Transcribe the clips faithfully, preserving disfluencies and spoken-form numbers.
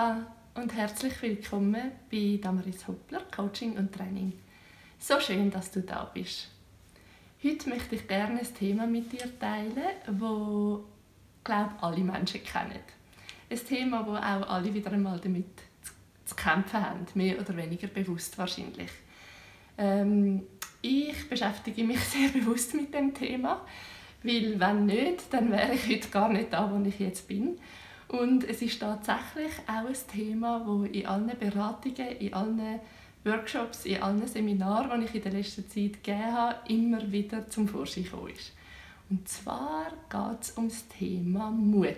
Aloha und herzlich willkommen bei Damaris Hoppler, Coaching und Training. So schön, dass du da bist. Heute möchte ich gerne ein Thema mit dir teilen, das, glaube ich, alle Menschen kennen. Ein Thema, das auch alle wieder einmal damit zu kämpfen haben, mehr oder weniger bewusst wahrscheinlich. Ähm, ich beschäftige mich sehr bewusst mit dem Thema, weil wenn nicht, dann wäre ich heute gar nicht da, wo ich jetzt bin. Und es ist tatsächlich auch ein Thema, das in allen Beratungen, in allen Workshops, in allen Seminaren, die ich in der letzten Zeit gegeben habe, immer wieder zum Vorschein gekommen ist. Und zwar geht es um das Thema Mut.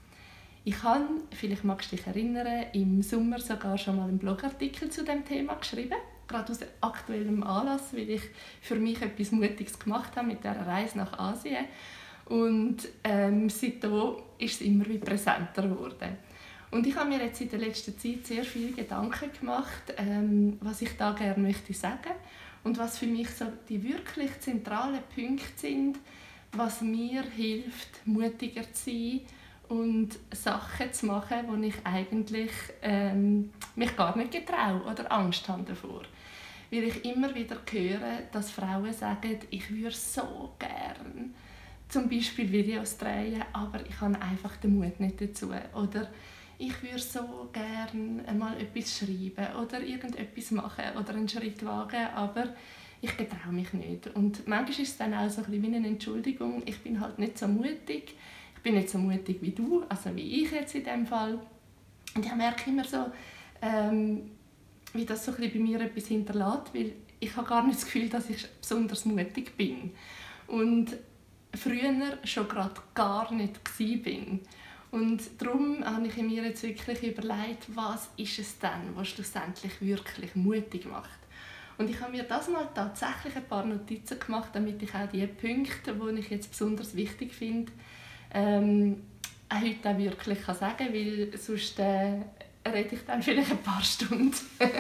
Ich habe, vielleicht magst du dich erinnern, im Sommer sogar schon mal einen Blogartikel zu diesem Thema geschrieben, gerade aus aktuellem Anlass, weil ich für mich etwas Mutiges gemacht habe mit dieser Reise nach Asien. Und ähm, seitdem ist es immer wieder präsenter geworden. Und ich habe mir jetzt in der letzten Zeit sehr viele Gedanken gemacht, ähm, was ich da gerne möchte sagen und was für mich so die wirklich zentralen Punkte sind, was mir hilft, mutiger zu sein und Sachen zu machen, die ich eigentlich ähm, mich gar nicht getraue oder Angst habe davor. Weil ich immer wieder höre, dass Frauen sagen, ich würde so gerne zum Beispiel Videos drehen, aber ich habe einfach den Mut nicht dazu. Oder ich würde so gerne einmal etwas schreiben oder irgendetwas machen oder einen Schritt wagen, aber ich getraue mich nicht. Und manchmal ist es dann auch so ein bisschen wie eine Entschuldigung, ich bin halt nicht so mutig, ich bin nicht so mutig wie du, also wie ich jetzt in diesem Fall. Und ich merke immer so, ähm, wie das so ein bisschen bei mir etwas hinterlässt, weil ich habe gar nicht das Gefühl, dass ich besonders mutig bin. Und früher schon gerade gar nicht war. Und darum habe ich mir jetzt wirklich überlegt, was ist es denn, was schlussendlich wirklich mutig macht. Und ich habe mir das mal tatsächlich ein paar Notizen gemacht, damit ich auch die Punkte, die ich jetzt besonders wichtig finde, ähm, auch heute auch wirklich kann sagen kann, weil sonst äh, rede ich dann vielleicht ein paar Stunden.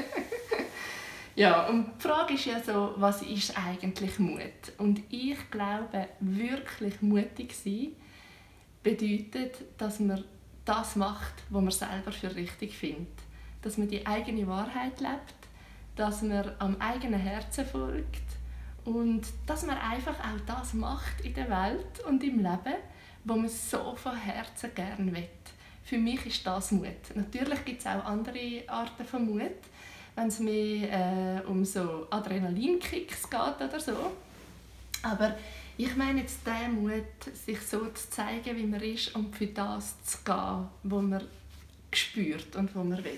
Ja, und die Frage ist ja so, was ist eigentlich Mut? Und ich glaube, wirklich mutig sein bedeutet, dass man das macht, was man selber für richtig findet. Dass man die eigene Wahrheit lebt, dass man am eigenen Herzen folgt und dass man einfach auch das macht in der Welt und im Leben, was man so von Herzen gerne will. Für mich ist das Mut. Natürlich gibt es auch andere Arten von Mut, wenn es mehr äh, um so Adrenalinkicks geht oder so. Aber ich meine jetzt den Mut, sich so zu zeigen, wie man ist und für das zu gehen, was man spürt und was man will.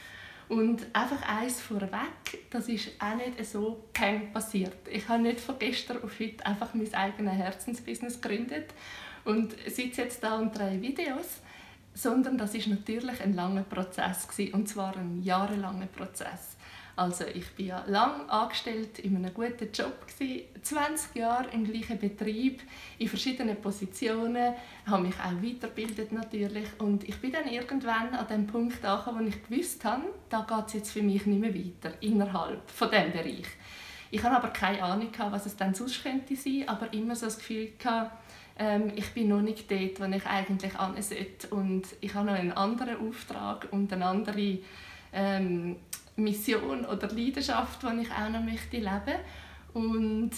Und einfach eins vorweg, das ist auch nicht so peng passiert. Ich habe nicht von gestern auf heute einfach mein eigenes Herzensbusiness gegründet und sitze jetzt da und drehe Videos, sondern das ist natürlich ein langer Prozess gewesen, und zwar ein jahrelanger Prozess. Also ich bin ja lang angestellt in einem guten Job gewesen, zwanzig Jahre im gleichen Betrieb, in verschiedenen Positionen, habe mich auch weitergebildet natürlich und ich bin dann irgendwann an dem Punkt angekommen, wo ich gewusst habe, da geht es jetzt für mich nicht mehr weiter innerhalb von diesem Bereich. Ich hatte aber keine Ahnung, was es dann sonst könnte sein, aber immer so das Gefühl gehabt, Ähm, ich bin noch nicht dort, wo ich eigentlich hin sollte. Und ich habe noch einen anderen Auftrag und eine andere ähm, Mission oder Leidenschaft, die ich auch noch möchte leben. Und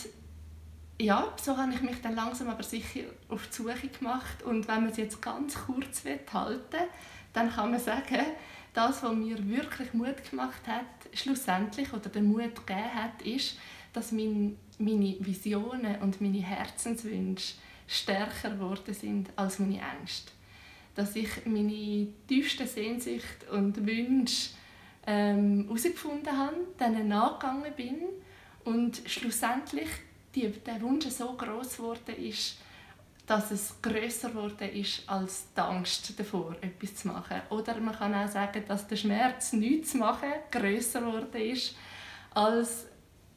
ja, so habe ich mich dann langsam aber sicher auf die Suche gemacht. Und wenn man es jetzt ganz kurz halten will, dann kann man sagen, das, was mir wirklich Mut gemacht hat, schlussendlich, oder den Mut gegeben hat, ist, dass mein, meine Visionen und meine Herzenswünsche stärker geworden sind als meine Ängste. Dass ich meine tiefsten Sehnsüchte und Wünsche ähm, herausgefunden habe, denen nachgegangen bin und schlussendlich die, der Wunsch so gross geworden ist, dass es grösser geworden ist als die Angst davor, etwas zu machen. Oder man kann auch sagen, dass der Schmerz, nichts zu machen, grösser geworden ist als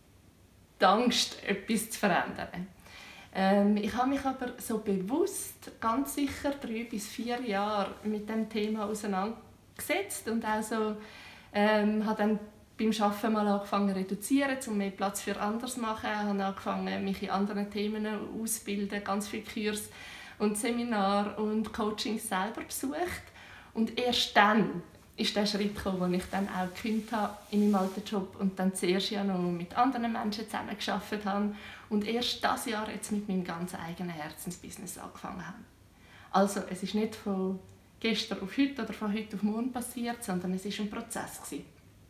die Angst, etwas zu verändern. Ähm, ich habe mich aber so bewusst, ganz sicher drei bis vier Jahre mit dem Thema auseinandergesetzt und auch so, ähm, habe dann beim Arbeiten mal angefangen zu reduzieren, um mehr Platz für anderes zu machen. Ich habe angefangen, mich in anderen Themen auszubilden, ganz viele Kurse und Seminare und Coachings selber besucht. Und erst dann ist der Schritt gekommen, wo ich dann auch gekündigt habe in meinem alten Job und dann zuerst ja noch mit anderen Menschen zusammengearbeitet habe und erst dieses Jahr jetzt mit meinem ganz eigenen Herzensbusiness angefangen habe. Also es ist nicht von gestern auf heute oder von heute auf morgen passiert, sondern es war ein Prozess gewesen.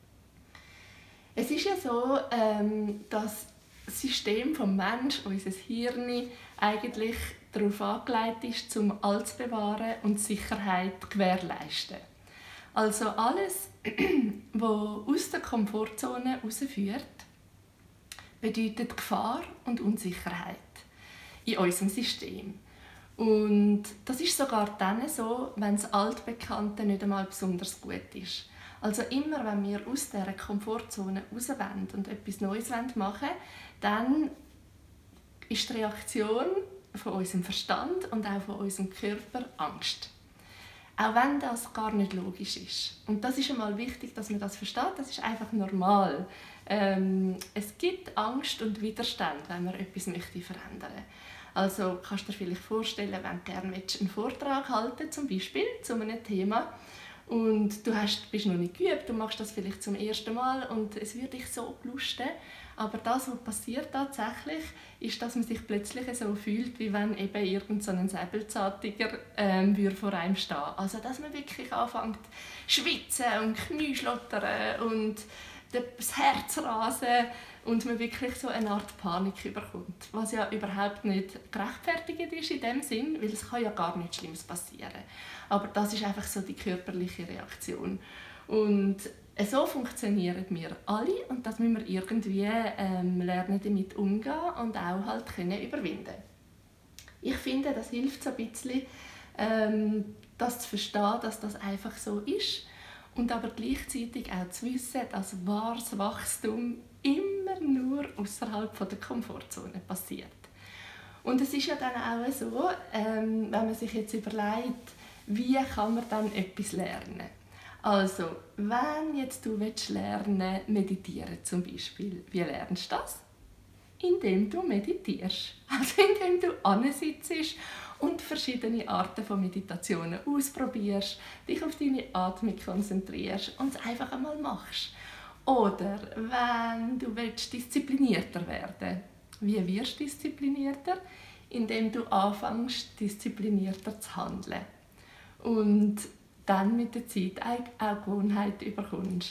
Es ist ja so, ähm, dass das System des Menschen, unser Hirn, eigentlich darauf angelegt ist, um Alt zu bewahren und Sicherheit zu gewährleisten. Also alles, was aus der Komfortzone herausführt, bedeutet Gefahr und Unsicherheit in unserem System. Und das ist sogar dann so, wenn das Altbekannte nicht einmal besonders gut ist. Also immer, wenn wir aus dieser Komfortzone raus wollen und etwas Neues machen wollen, dann ist die Reaktion von unserem Verstand und auch von unserem Körper Angst. Auch wenn das gar nicht logisch ist. Und das ist einmal wichtig, dass man das versteht. Das ist einfach normal. Ähm, es gibt Angst und Widerstand, wenn man etwas möchte verändern möchte. Also kannst du dir vielleicht vorstellen, wenn du gerne einen Vortrag halten zum Beispiel zu einem Thema und du hast, bist noch nicht geübt, du machst das vielleicht zum ersten Mal und es würde dich so belusten. Aber das, was passiert tatsächlich, ist, dass man sich plötzlich so fühlt, wie wenn eben irgend so ein Säbelzahntiger ähm, vor einem stehen würde. Also, dass man wirklich anfängt zu schwitzen und Knie schlottern und das Herz rasen und man wirklich so eine Art Panik bekommt. Was ja überhaupt nicht gerechtfertigt ist in dem Sinn, weil es kann ja gar nichts Schlimmes passieren. Aber das ist einfach so die körperliche Reaktion. Und so funktionieren wir alle und das müssen wir irgendwie ähm, lernen, damit umgehen und auch halt können überwinden. Ich finde, das hilft so ein bisschen, ähm, das zu verstehen, dass das einfach so ist und aber gleichzeitig auch zu wissen, dass wahres Wachstum immer nur außerhalb der Komfortzone passiert. Und es ist ja dann auch so, ähm, wenn man sich jetzt überlegt, wie kann man dann etwas lernen? Also, wenn jetzt du lernen willst, meditieren zum Beispiel, wie lernst du das? Indem du meditierst. Also indem du ansitzt und verschiedene Arten von Meditationen ausprobierst, dich auf deine Atmung konzentrierst und es einfach einmal machst. Oder wenn du willst, disziplinierter werden willst. Wie wirst du disziplinierter? Indem du anfängst, disziplinierter zu handeln. Und dann mit der Zeit auch Gewohnheit bekommst.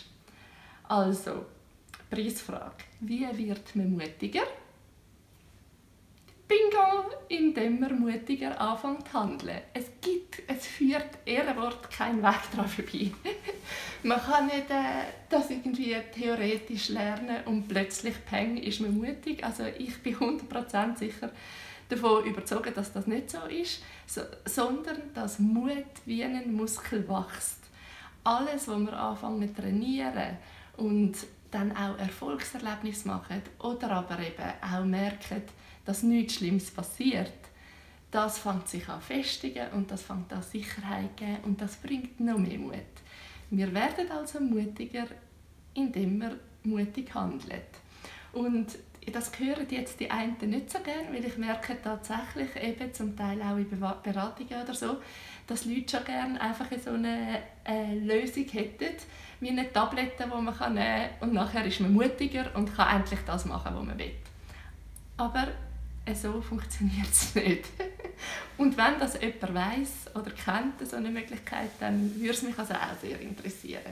Also, Preisfrage. Wie wird man mutiger? Bingo! Indem man mutiger anfängt zu handeln. Es gibt, es führt Ehrenwort kein Weg daran vorbei. Man kann nicht äh, das irgendwie theoretisch lernen und plötzlich peng, ist man mutig. Also ich bin hundert Prozent sicher davon überzeugt, dass das nicht so ist, so, sondern dass Mut wie ein Muskel wächst. Alles, was wir anfangen zu trainieren und dann auch Erfolgserlebnisse machen oder aber eben auch merken, dass nichts Schlimmes passiert, das fängt sich an festigen und das fängt an Sicherheit geben und das bringt noch mehr Mut. Wir werden also mutiger, indem wir mutig handeln. Und das hören jetzt die einen nicht so gerne, weil ich merke tatsächlich eben zum Teil auch in Beratungen oder so, dass Leute schon gerne einfach so eine äh, Lösung hätten, wie eine Tablette, die man nehmen kann und nachher ist man mutiger und kann endlich das machen, was man will. Aber äh, so funktioniert es nicht. Und wenn das jemand weiss oder kennt, so eine Möglichkeit, dann würde es mich also auch sehr interessieren.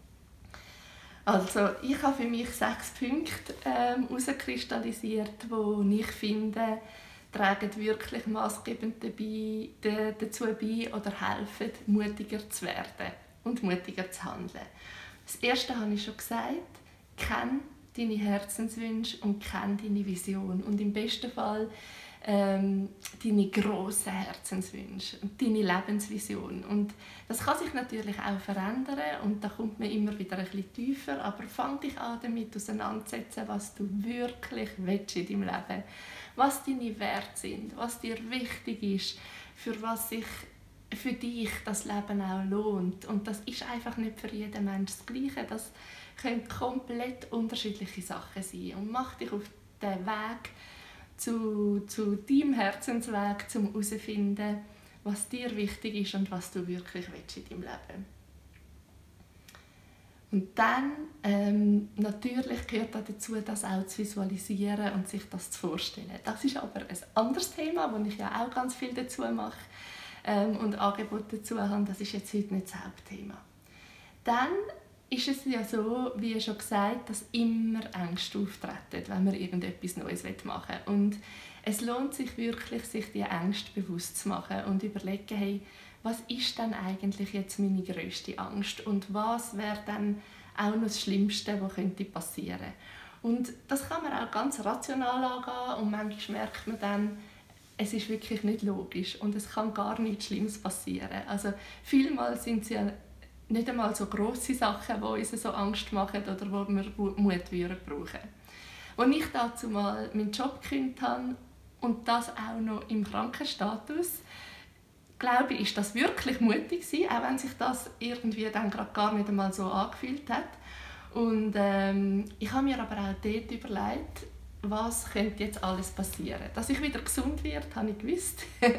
Also, ich habe für mich sechs Punkte ähm, herauskristallisiert, die ich finde, tragen wirklich maßgebend dabei, de, dazu bei oder helfen, mutiger zu werden und mutiger zu handeln. Das Erste habe ich schon gesagt, kenn deine Herzenswünsche und kenn deine Vision. Und im besten Fall ähm, deine grossen Herzenswünsche und deine Lebensvision. Und das kann sich natürlich auch verändern und da kommt man immer wieder ein bisschen tiefer, aber fang dich an damit auseinanderzusetzen, was du wirklich willst in deinem Leben, was deine Werte sind, was dir wichtig ist, für was sich für dich das Leben auch lohnt. Und das ist einfach nicht für jeden Menschen das Gleiche. Das können komplett unterschiedliche Sachen sein. Und mach dich auf den Weg zu, zu deinem Herzensweg, um herauszufinden, was dir wichtig ist und was du wirklich willst in deinem Leben. Und dann ähm, natürlich gehört dazu, das auch zu visualisieren und sich das zu vorstellen. Das ist aber ein anderes Thema, wo ich ja auch ganz viel dazu mache ähm, und Angebote dazu habe. Das ist jetzt heute nicht das Hauptthema. Dann ist es ja so, wie schon gesagt, dass immer Ängste auftreten, wenn man irgendetwas Neues machen will. Und es lohnt sich wirklich, sich diese Ängste bewusst zu machen und überlegen, hey, was ist denn eigentlich jetzt meine grösste Angst und was wäre dann auch noch das Schlimmste, was könnte passieren. Und das kann man auch ganz rational angehen und manchmal merkt man dann, es ist wirklich nicht logisch und es kann gar nichts Schlimmes passieren. Also vielmal sind es ja nicht einmal so grosse Sachen, die uns so Angst machen oder wo wir Mut brauchen. Als ich dazu mal meinen Job gekündigt habe und das auch noch im Krankenstatus, glaube ich, ist das wirklich mutig gewesen, auch wenn sich das irgendwie dann gerade gar nicht einmal so angefühlt hat. Und ähm, ich habe mir aber auch dort überlegt, was könnte jetzt alles passieren. Dass ich wieder gesund werde, habe ich gewusst.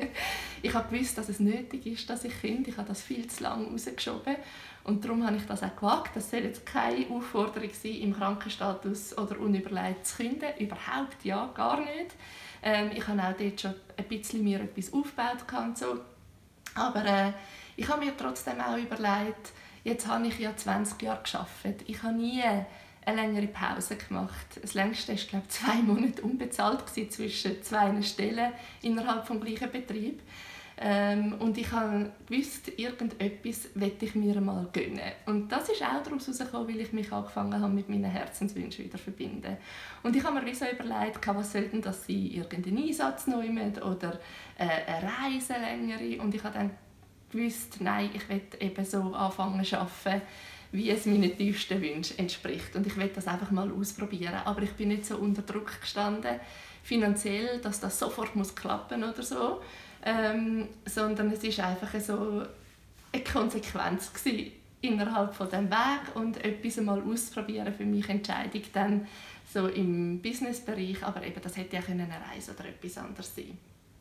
Ich habe gewusst, dass es nötig ist, dass ich kündige. Ich habe das viel zu lange rausgeschoben. Und darum habe ich das auch gewagt. Das soll jetzt keine Aufforderung sein, im Krankenstatus oder unüberlegt zu kündigen. Überhaupt ja, gar nicht. Ähm, ich habe auch dort schon ein bisschen mir etwas aufgebaut. Und so. Aber äh, ich habe mir trotzdem auch überlegt, jetzt habe ich ja zwanzig Jahre gearbeitet. Ich habe nie eine längere Pause gemacht. Das längste war, glaube ich, zwei Monate unbezahlt zwischen zwei Stellen innerhalb des gleichen Betriebs. Ähm, und ich habe gewusst, irgendetwas möchte ich mir mal gönnen. Und das ist auch daraus herausgekommen, weil ich mich angefangen habe, mit meinen Herzenswünschen wieder zu verbinden. Und ich habe mir wie so überlegt, was soll denn das sein? Irgendein Einsatz neu oder äh, eine Reise längere. Und ich habe dann gewusst, nein, ich will eben so anfangen zu arbeiten, wie es meinen tiefsten Wünschen entspricht. Und ich will das einfach mal ausprobieren. Aber ich bin nicht so unter Druck gestanden, finanziell, dass das sofort muss klappen oder so. Ähm, sondern es ist einfach so eine Konsequenz gewesen, innerhalb von dem Weg und etwas mal auszuprobieren für mich Entscheidung dann so im Businessbereich, aber eben das hätte ja eine Reise oder etwas anderes sein.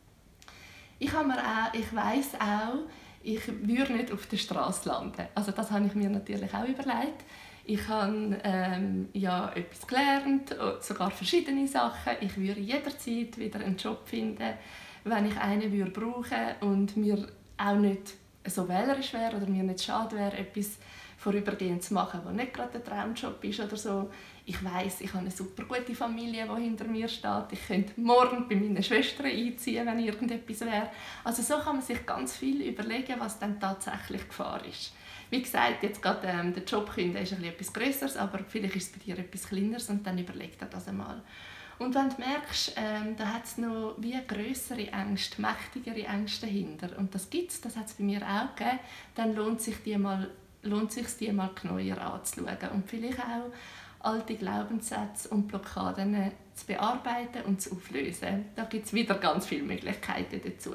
Ich habe mir auch, ich weiss auch, ich würde nicht auf der Straße landen. Also das habe ich mir natürlich auch überlegt. Ich habe ähm, ja etwas gelernt, sogar verschiedene Sachen. Ich würde jederzeit wieder einen Job finden, wenn ich einen würde brauchen und mir auch nicht so wählerisch wäre oder mir nicht schade wäre, etwas vorübergehend zu machen, was nicht gerade ein Traumjob ist oder so. Ich weiss, ich habe eine super gute Familie, die hinter mir steht. Ich könnte morgen bei meinen Schwestern einziehen, wenn irgendetwas wäre. Also so kann man sich ganz viel überlegen, was dann tatsächlich Gefahr ist. Wie gesagt, jetzt gerade ähm, der Job kündigen ist etwas Größeres, aber vielleicht ist es bei dir etwas Kleineres und dann überleg dir das einmal. Und wenn du merkst, ähm, da hat es noch wie grössere Ängste, mächtigere Ängste dahinter, und das gibt es, das hat es bei mir auch gegeben, dann lohnt sich die mal, lohnt sich die mal genauer anzuschauen und vielleicht auch alte Glaubenssätze und Blockaden zu bearbeiten und zu auflösen. Da gibt es wieder ganz viele Möglichkeiten dazu.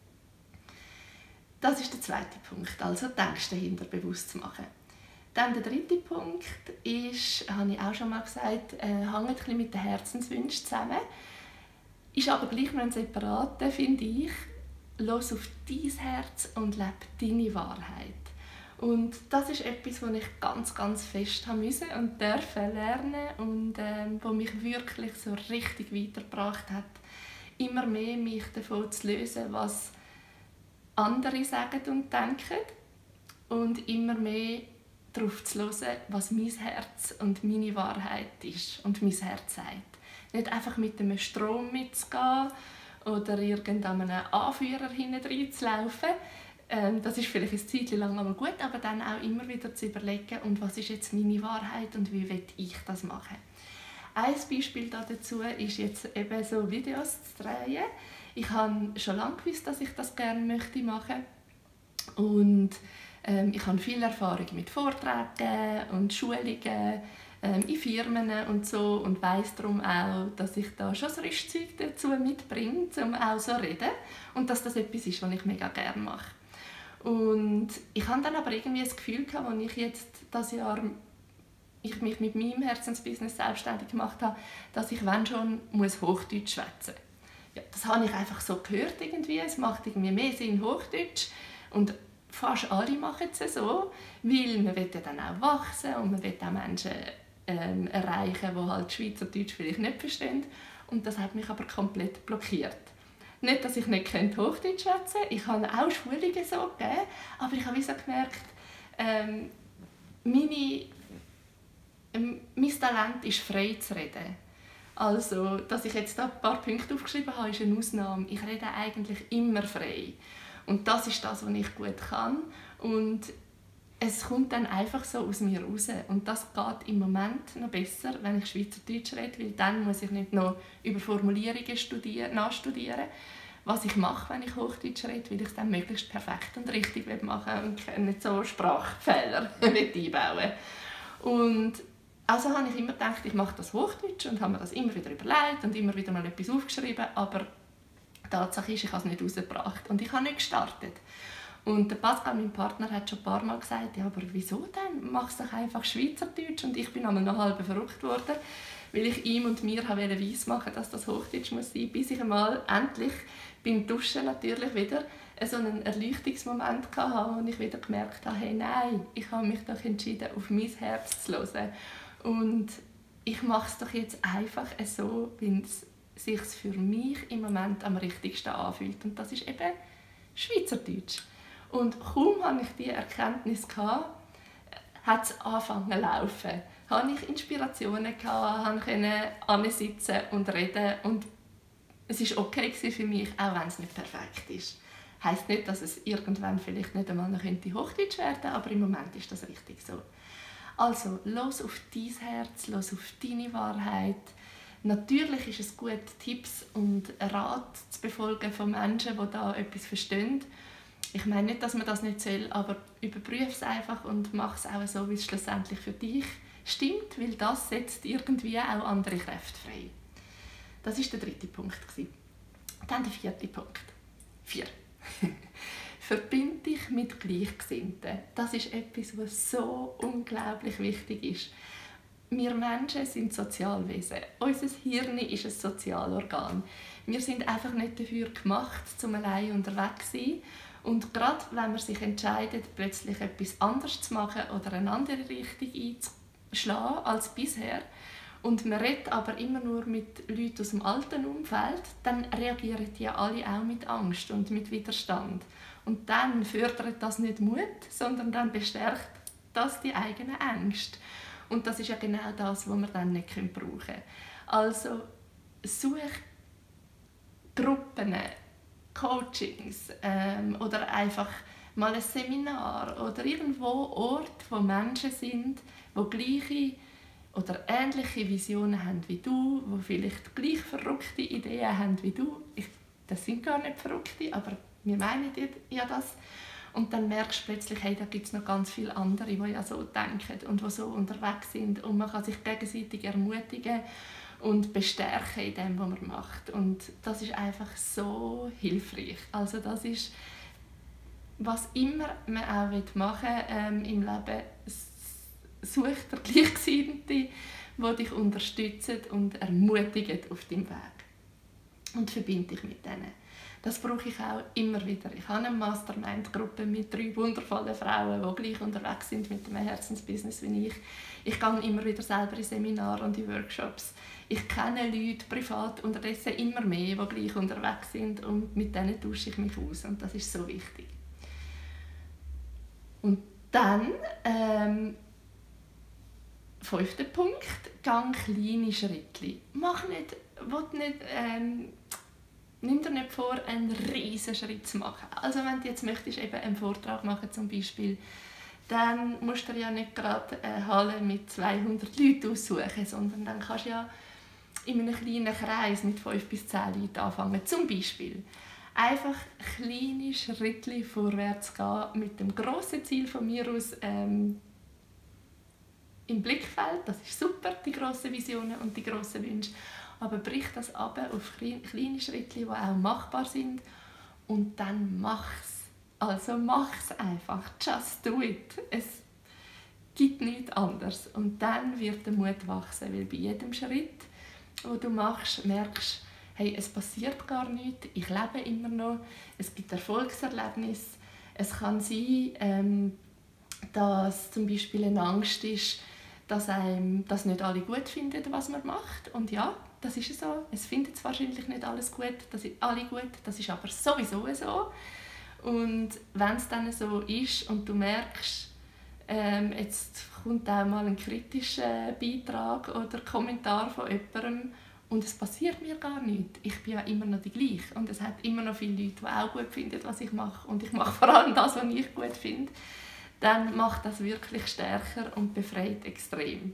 Das ist der zweite Punkt, also die Ängste dahinter bewusst zu machen. Dann der dritte Punkt ist, habe ich auch schon mal gesagt, äh, hängt ein bisschen mit den Herzenswünschen zusammen. Ist aber gleich noch ein separater, finde ich. Los auf dein Herz und lebe deine Wahrheit. Und das ist etwas, was ich ganz, ganz fest haben müssen und dürfen lernen und ähm, was mich wirklich so richtig weitergebracht hat. Immer mehr mich davon zu lösen, was andere sagen und denken und immer mehr darauf zu hören, was mein Herz und meine Wahrheit ist und mein Herz sagt. Nicht einfach mit dem Strom mitzugehen oder irgendeinem Anführer hinten zu laufen. Ähm, das ist vielleicht eine Zeit lang einmal gut, aber dann auch immer wieder zu überlegen, und was ist jetzt meine Wahrheit und wie will ich das machen. Ein Beispiel dazu ist jetzt eben so Videos zu drehen. Ich habe schon lange gewusst, dass ich das gerne möchte machen und ähm, ich habe viel Erfahrung mit Vorträgen und Schulungen ähm, in Firmen und so und weiss darum auch, dass ich da schon das Rüstzeug dazu mitbringe, um auch so zu reden und dass das etwas ist, was ich mega gerne mache. Und ich hatte dann aber irgendwie das Gefühl, als ich jetzt dieses Jahr ich mich mit meinem Herzensbusiness selbstständig gemacht habe, dass ich, wenn schon, muss Hochdeutsch schwätzen. Ja, das habe ich einfach so gehört irgendwie. Es macht irgendwie mehr Sinn, Hochdeutsch. Und fast alle machen es so, weil man will ja dann auch wachsen und man will auch Menschen ähm, erreichen, die halt Schweizerdeutsch vielleicht nicht verstehen. Und das hat mich aber komplett blockiert. Nicht, dass ich nicht Hochdeutsch schwätzen könnte, ich habe auch Schulungen so gegeben, aber ich habe so gemerkt, ähm, meine, ähm, mein Talent ist frei zu reden. Also, dass ich jetzt da ein paar Punkte aufgeschrieben habe, ist eine Ausnahme. Ich rede eigentlich immer frei. Und das ist das, was ich gut kann. Und es kommt dann einfach so aus mir raus. Und das geht im Moment noch besser, wenn ich Schweizerdeutsch rede, weil dann muss ich nicht noch über Formulierungen studieren, nachstudieren, was ich mache, wenn ich Hochdeutsch rede, weil ich es dann möglichst perfekt und richtig machen und nicht so Sprachfehler einbauen. Und also habe ich immer gedacht, ich mache das Hochdeutsch und habe mir das immer wieder überlegt und immer wieder mal etwas aufgeschrieben, aber die Tatsache ist, ich habe es nicht rausgebracht und ich habe nicht gestartet. Und der Pascal, mein Partner, hat schon ein paar Mal gesagt, ja, aber wieso denn? Mach es doch einfach Schweizerdeutsch. Und ich bin einmal noch halb verrückt worden, weil ich ihm und mir weiss machen, dass das Hochdeutsch muss sein, bis ich einmal endlich beim Duschen natürlich wieder so einen Erleuchtungsmoment hatte, wo ich wieder gemerkt habe, hey, nein, ich habe mich doch entschieden, auf mein Herz zu hören. Und ich mache es doch jetzt einfach so, wie es sich für mich im Moment am richtigsten anfühlt. Und das ist eben Schweizerdeutsch. Und kaum hatte ich diese Erkenntnis, hat es angefangen zu laufen. Hatte ich Inspirationen, konnte hinsitzen und reden. Und es war okay für mich, auch wenn es nicht perfekt ist. Das heisst nicht, dass es irgendwann vielleicht nicht einmal noch Hochdeutsch werden könnte, aber im Moment ist das richtig so. Also, los auf dein Herz, los auf deine Wahrheit. Natürlich ist es gut, Tipps und Rat zu befolgen von Menschen, die da etwas verstehen. Ich meine nicht, dass man das nicht soll, aber überprüfe es einfach und mach es auch so, wie es schlussendlich für dich stimmt, weil das setzt irgendwie auch andere Kräfte frei. Das war der dritte Punkt. Dann der vierte Punkt. Vier. Verbind dich mit Gleichgesinnten. Das ist etwas, was so unglaublich wichtig ist. Wir Menschen sind Sozialwesen. Unser Hirn ist ein Sozialorgan. Wir sind einfach nicht dafür gemacht, zum allein unterwegs zu sein. Und gerade wenn man sich entscheidet, plötzlich etwas anderes zu machen oder eine andere Richtung einzuschlagen als bisher, und man redet aber immer nur mit Leuten aus dem alten Umfeld, dann reagieren die alle auch mit Angst und mit Widerstand. Und dann fördert das nicht Mut, sondern dann bestärkt das die eigene Ängste. Und das ist ja genau das, was wir dann nicht brauchen können. Also such Gruppen, Coachings ähm, oder einfach mal ein Seminar oder irgendwo Ort, wo Menschen sind, die gleiche oder ähnliche Visionen haben wie du, die vielleicht gleich verrückte Ideen haben wie du. Ich, das sind gar nicht verrückte, aber wir meinen ja das. Und dann merkst du plötzlich, hey, da gibt es noch ganz viele andere, die ja so denken und die so unterwegs sind. Und man kann sich gegenseitig ermutigen und bestärken in dem, was man macht. Und das ist einfach so hilfreich. Also das ist, was immer man auch machen will, ähm, im Leben, such dir Gleichgesinnte, die dich unterstützen und ermutigen auf deinem Weg. Und verbinde dich mit denen. Das brauche ich auch immer wieder. Ich habe eine Mastermind-Gruppe mit drei wundervollen Frauen, die gleich unterwegs sind mit einem Herzensbusiness wie ich. Ich gehe immer wieder selber in Seminare und in Workshops. Ich kenne Leute privat unterdessen immer mehr, die gleich unterwegs sind und mit denen tausche ich mich aus. Und das ist so wichtig. Und dann, ähm, fünfter Punkt, gang kleine Schritte. Mach nicht, will nicht ähm, nimm dir nicht vor, einen riesen Schritt zu machen. Also wenn du jetzt möchtest, eben einen Vortrag machen zum Beispiel, dann musst du ja nicht gerade eine Halle mit zweihundert Leuten aussuchen, sondern dann kannst du ja in einem kleinen Kreis mit fünf bis zehn Leuten anfangen. Zum Beispiel einfach kleine Schritte vorwärts gehen mit dem grossen Ziel von mir aus ähm, im Blickfeld. Das ist super, die grossen Visionen und die grossen Wünsche. Aber brich das ab auf kleine Schritte, die auch machbar sind. Und dann mach's. Also mach's einfach. Just do it. Es gibt nichts anderes. Und dann wird der Mut wachsen. Weil bei jedem Schritt, den du machst, merkst du, hey, es passiert gar nichts. Ich lebe immer noch. Es gibt Erfolgserlebnisse. Es kann sein, ähm, dass zum Beispiel eine Angst ist, dass, einem, dass nicht alle gut finden, was man macht. Und ja, das ist so. Es findet wahrscheinlich nicht alles gut, das ist alle gut, das ist aber sowieso so. Und wenn es dann so ist und du merkst, ähm, jetzt kommt auch mal ein kritischer Beitrag oder Kommentar von jemandem und es passiert mir gar nichts. Ich bin ja immer noch die Gleiche und es hat immer noch viele Leute, die auch gut finden, was ich mache und ich mache vor allem das, was ich gut finde. Dann macht das wirklich stärker und befreit extrem.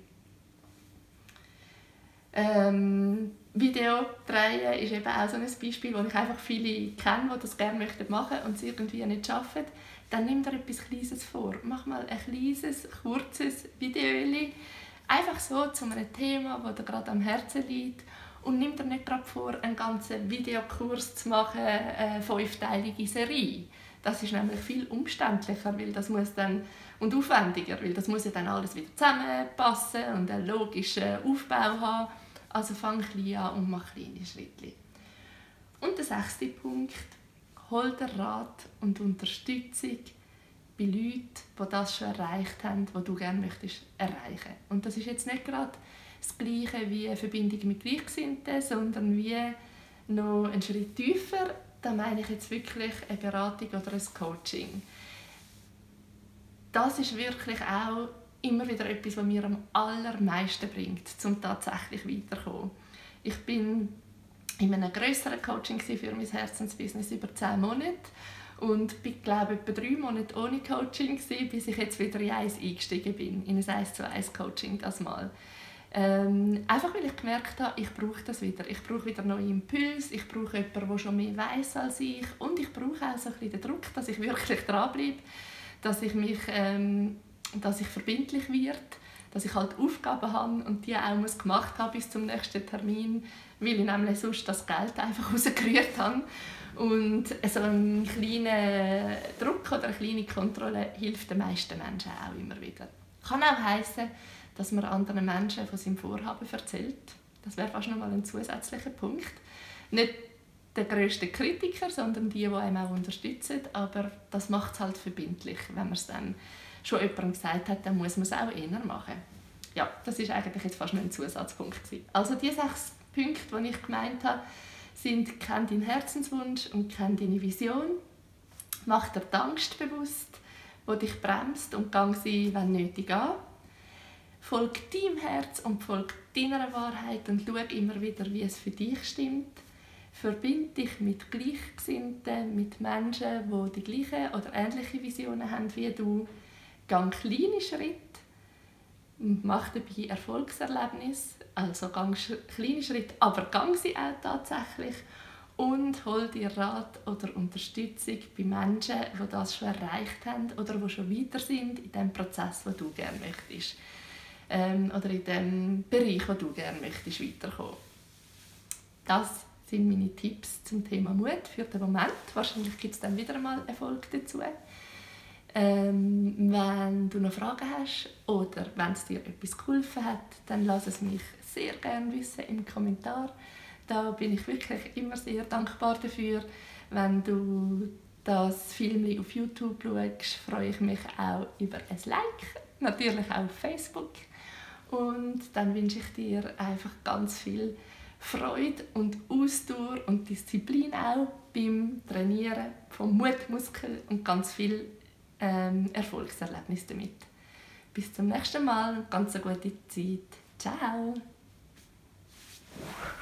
Ähm, Video drehen ist eben auch so ein Beispiel, wo ich einfach viele kenne, die das gerne machen möchten und es irgendwie nicht schaffen. Dann nimm dir etwas Kleines vor. Mach mal ein kleines, kurzes Video. Einfach so zu einem Thema, das dir gerade am Herzen liegt. Und nimm dir nicht gerade vor, einen ganzen Videokurs zu machen, eine fünfteilige Serie. Das ist nämlich viel umständlicher, weil das muss dann, und aufwendiger, weil das muss ja dann alles wieder zusammenpassen und einen logischen Aufbau haben. Also fang klein an und mach kleine Schritte. Und der sechste Punkt: Hol dir Rat und Unterstützung bei Leuten, die das schon erreicht haben, was du gerne möchtest erreichen. Und das ist jetzt nicht gerade das Gleiche wie eine Verbindung mit Gleichgesinnten, sondern wie noch einen Schritt tiefer. Da meine ich jetzt wirklich eine Beratung oder ein Coaching. Das ist wirklich auch immer wieder etwas, was mir am allermeisten bringt, um tatsächlich weiterzukommen. Ich bin in einem grösseren Coaching für mein Herzensbusiness über zehn Monate und bin, glaube ich, etwa drei Monate ohne Coaching, bis ich jetzt wieder in eins eingestiegen bin, in ein eins zu eins Coaching das Mal. Ähm, einfach weil ich gemerkt habe, ich brauche das wieder. Ich brauche wieder neue Impulse, ich brauche jemanden, der schon mehr weiss als ich und ich brauche auch so ein bisschen den Druck, dass ich wirklich dranbleibe, dass ich mich, ähm, dass ich verbindlich werde, dass ich halt Aufgaben habe und die auch muss gemacht habe bis zum nächsten Termin, weil ich nämlich sonst das Geld einfach rausgerührt habe. Und so ein kleiner Druck oder eine kleine Kontrolle hilft den meisten Menschen auch immer wieder. Kann auch heissen, dass man anderen Menschen von seinem Vorhaben erzählt. Das wäre fast noch mal ein zusätzlicher Punkt. Nicht der grösste Kritiker, sondern die, die einem auch unterstützen. Aber das macht es halt verbindlich. Wenn man es dann schon jemandem gesagt hat, dann muss man es auch eher machen. Ja, das ist eigentlich jetzt fast nur ein Zusatzpunkt. Also die sechs Punkte, die ich gemeint habe, sind: Kenn deinen Herzenswunsch und kenn deine Vision. Mach dir die Angst bewusst, die dich bremst, und gang sie, wenn nötig, an. Folg deinem Herz und folg deiner Wahrheit und schau immer wieder, wie es für dich stimmt. Verbind dich mit Gleichgesinnten, mit Menschen, die die gleichen oder ähnliche Visionen haben wie du. Gang kleine Schritte und mach dabei Erfolgserlebnis. Also gang kleine Schritte, aber gang sie auch tatsächlich. Und hol dir Rat oder Unterstützung bei Menschen, die das schon erreicht haben oder die schon weiter sind in dem Prozess, den du gerne möchtest. Ähm, oder in dem Bereich, wo du gerne möchtest weiterkommen. Das sind meine Tipps zum Thema Mut für den Moment. Wahrscheinlich gibt es dann wieder einmal Erfolg dazu. Ähm, wenn du noch Fragen hast oder wenn es dir etwas geholfen hat, dann lass es mich sehr gerne wissen im Kommentar. Da bin ich wirklich immer sehr dankbar dafür. Wenn du das Film auf YouTube schaust, freue ich mich auch über ein Like, natürlich auch auf Facebook. Und dann wünsche ich dir einfach ganz viel Freude und Ausdauer und Disziplin auch beim Trainieren vom Mutmuskel und ganz viel ähm, Erfolgserlebnis damit. Bis zum nächsten Mal, ganz eine gute Zeit. Ciao!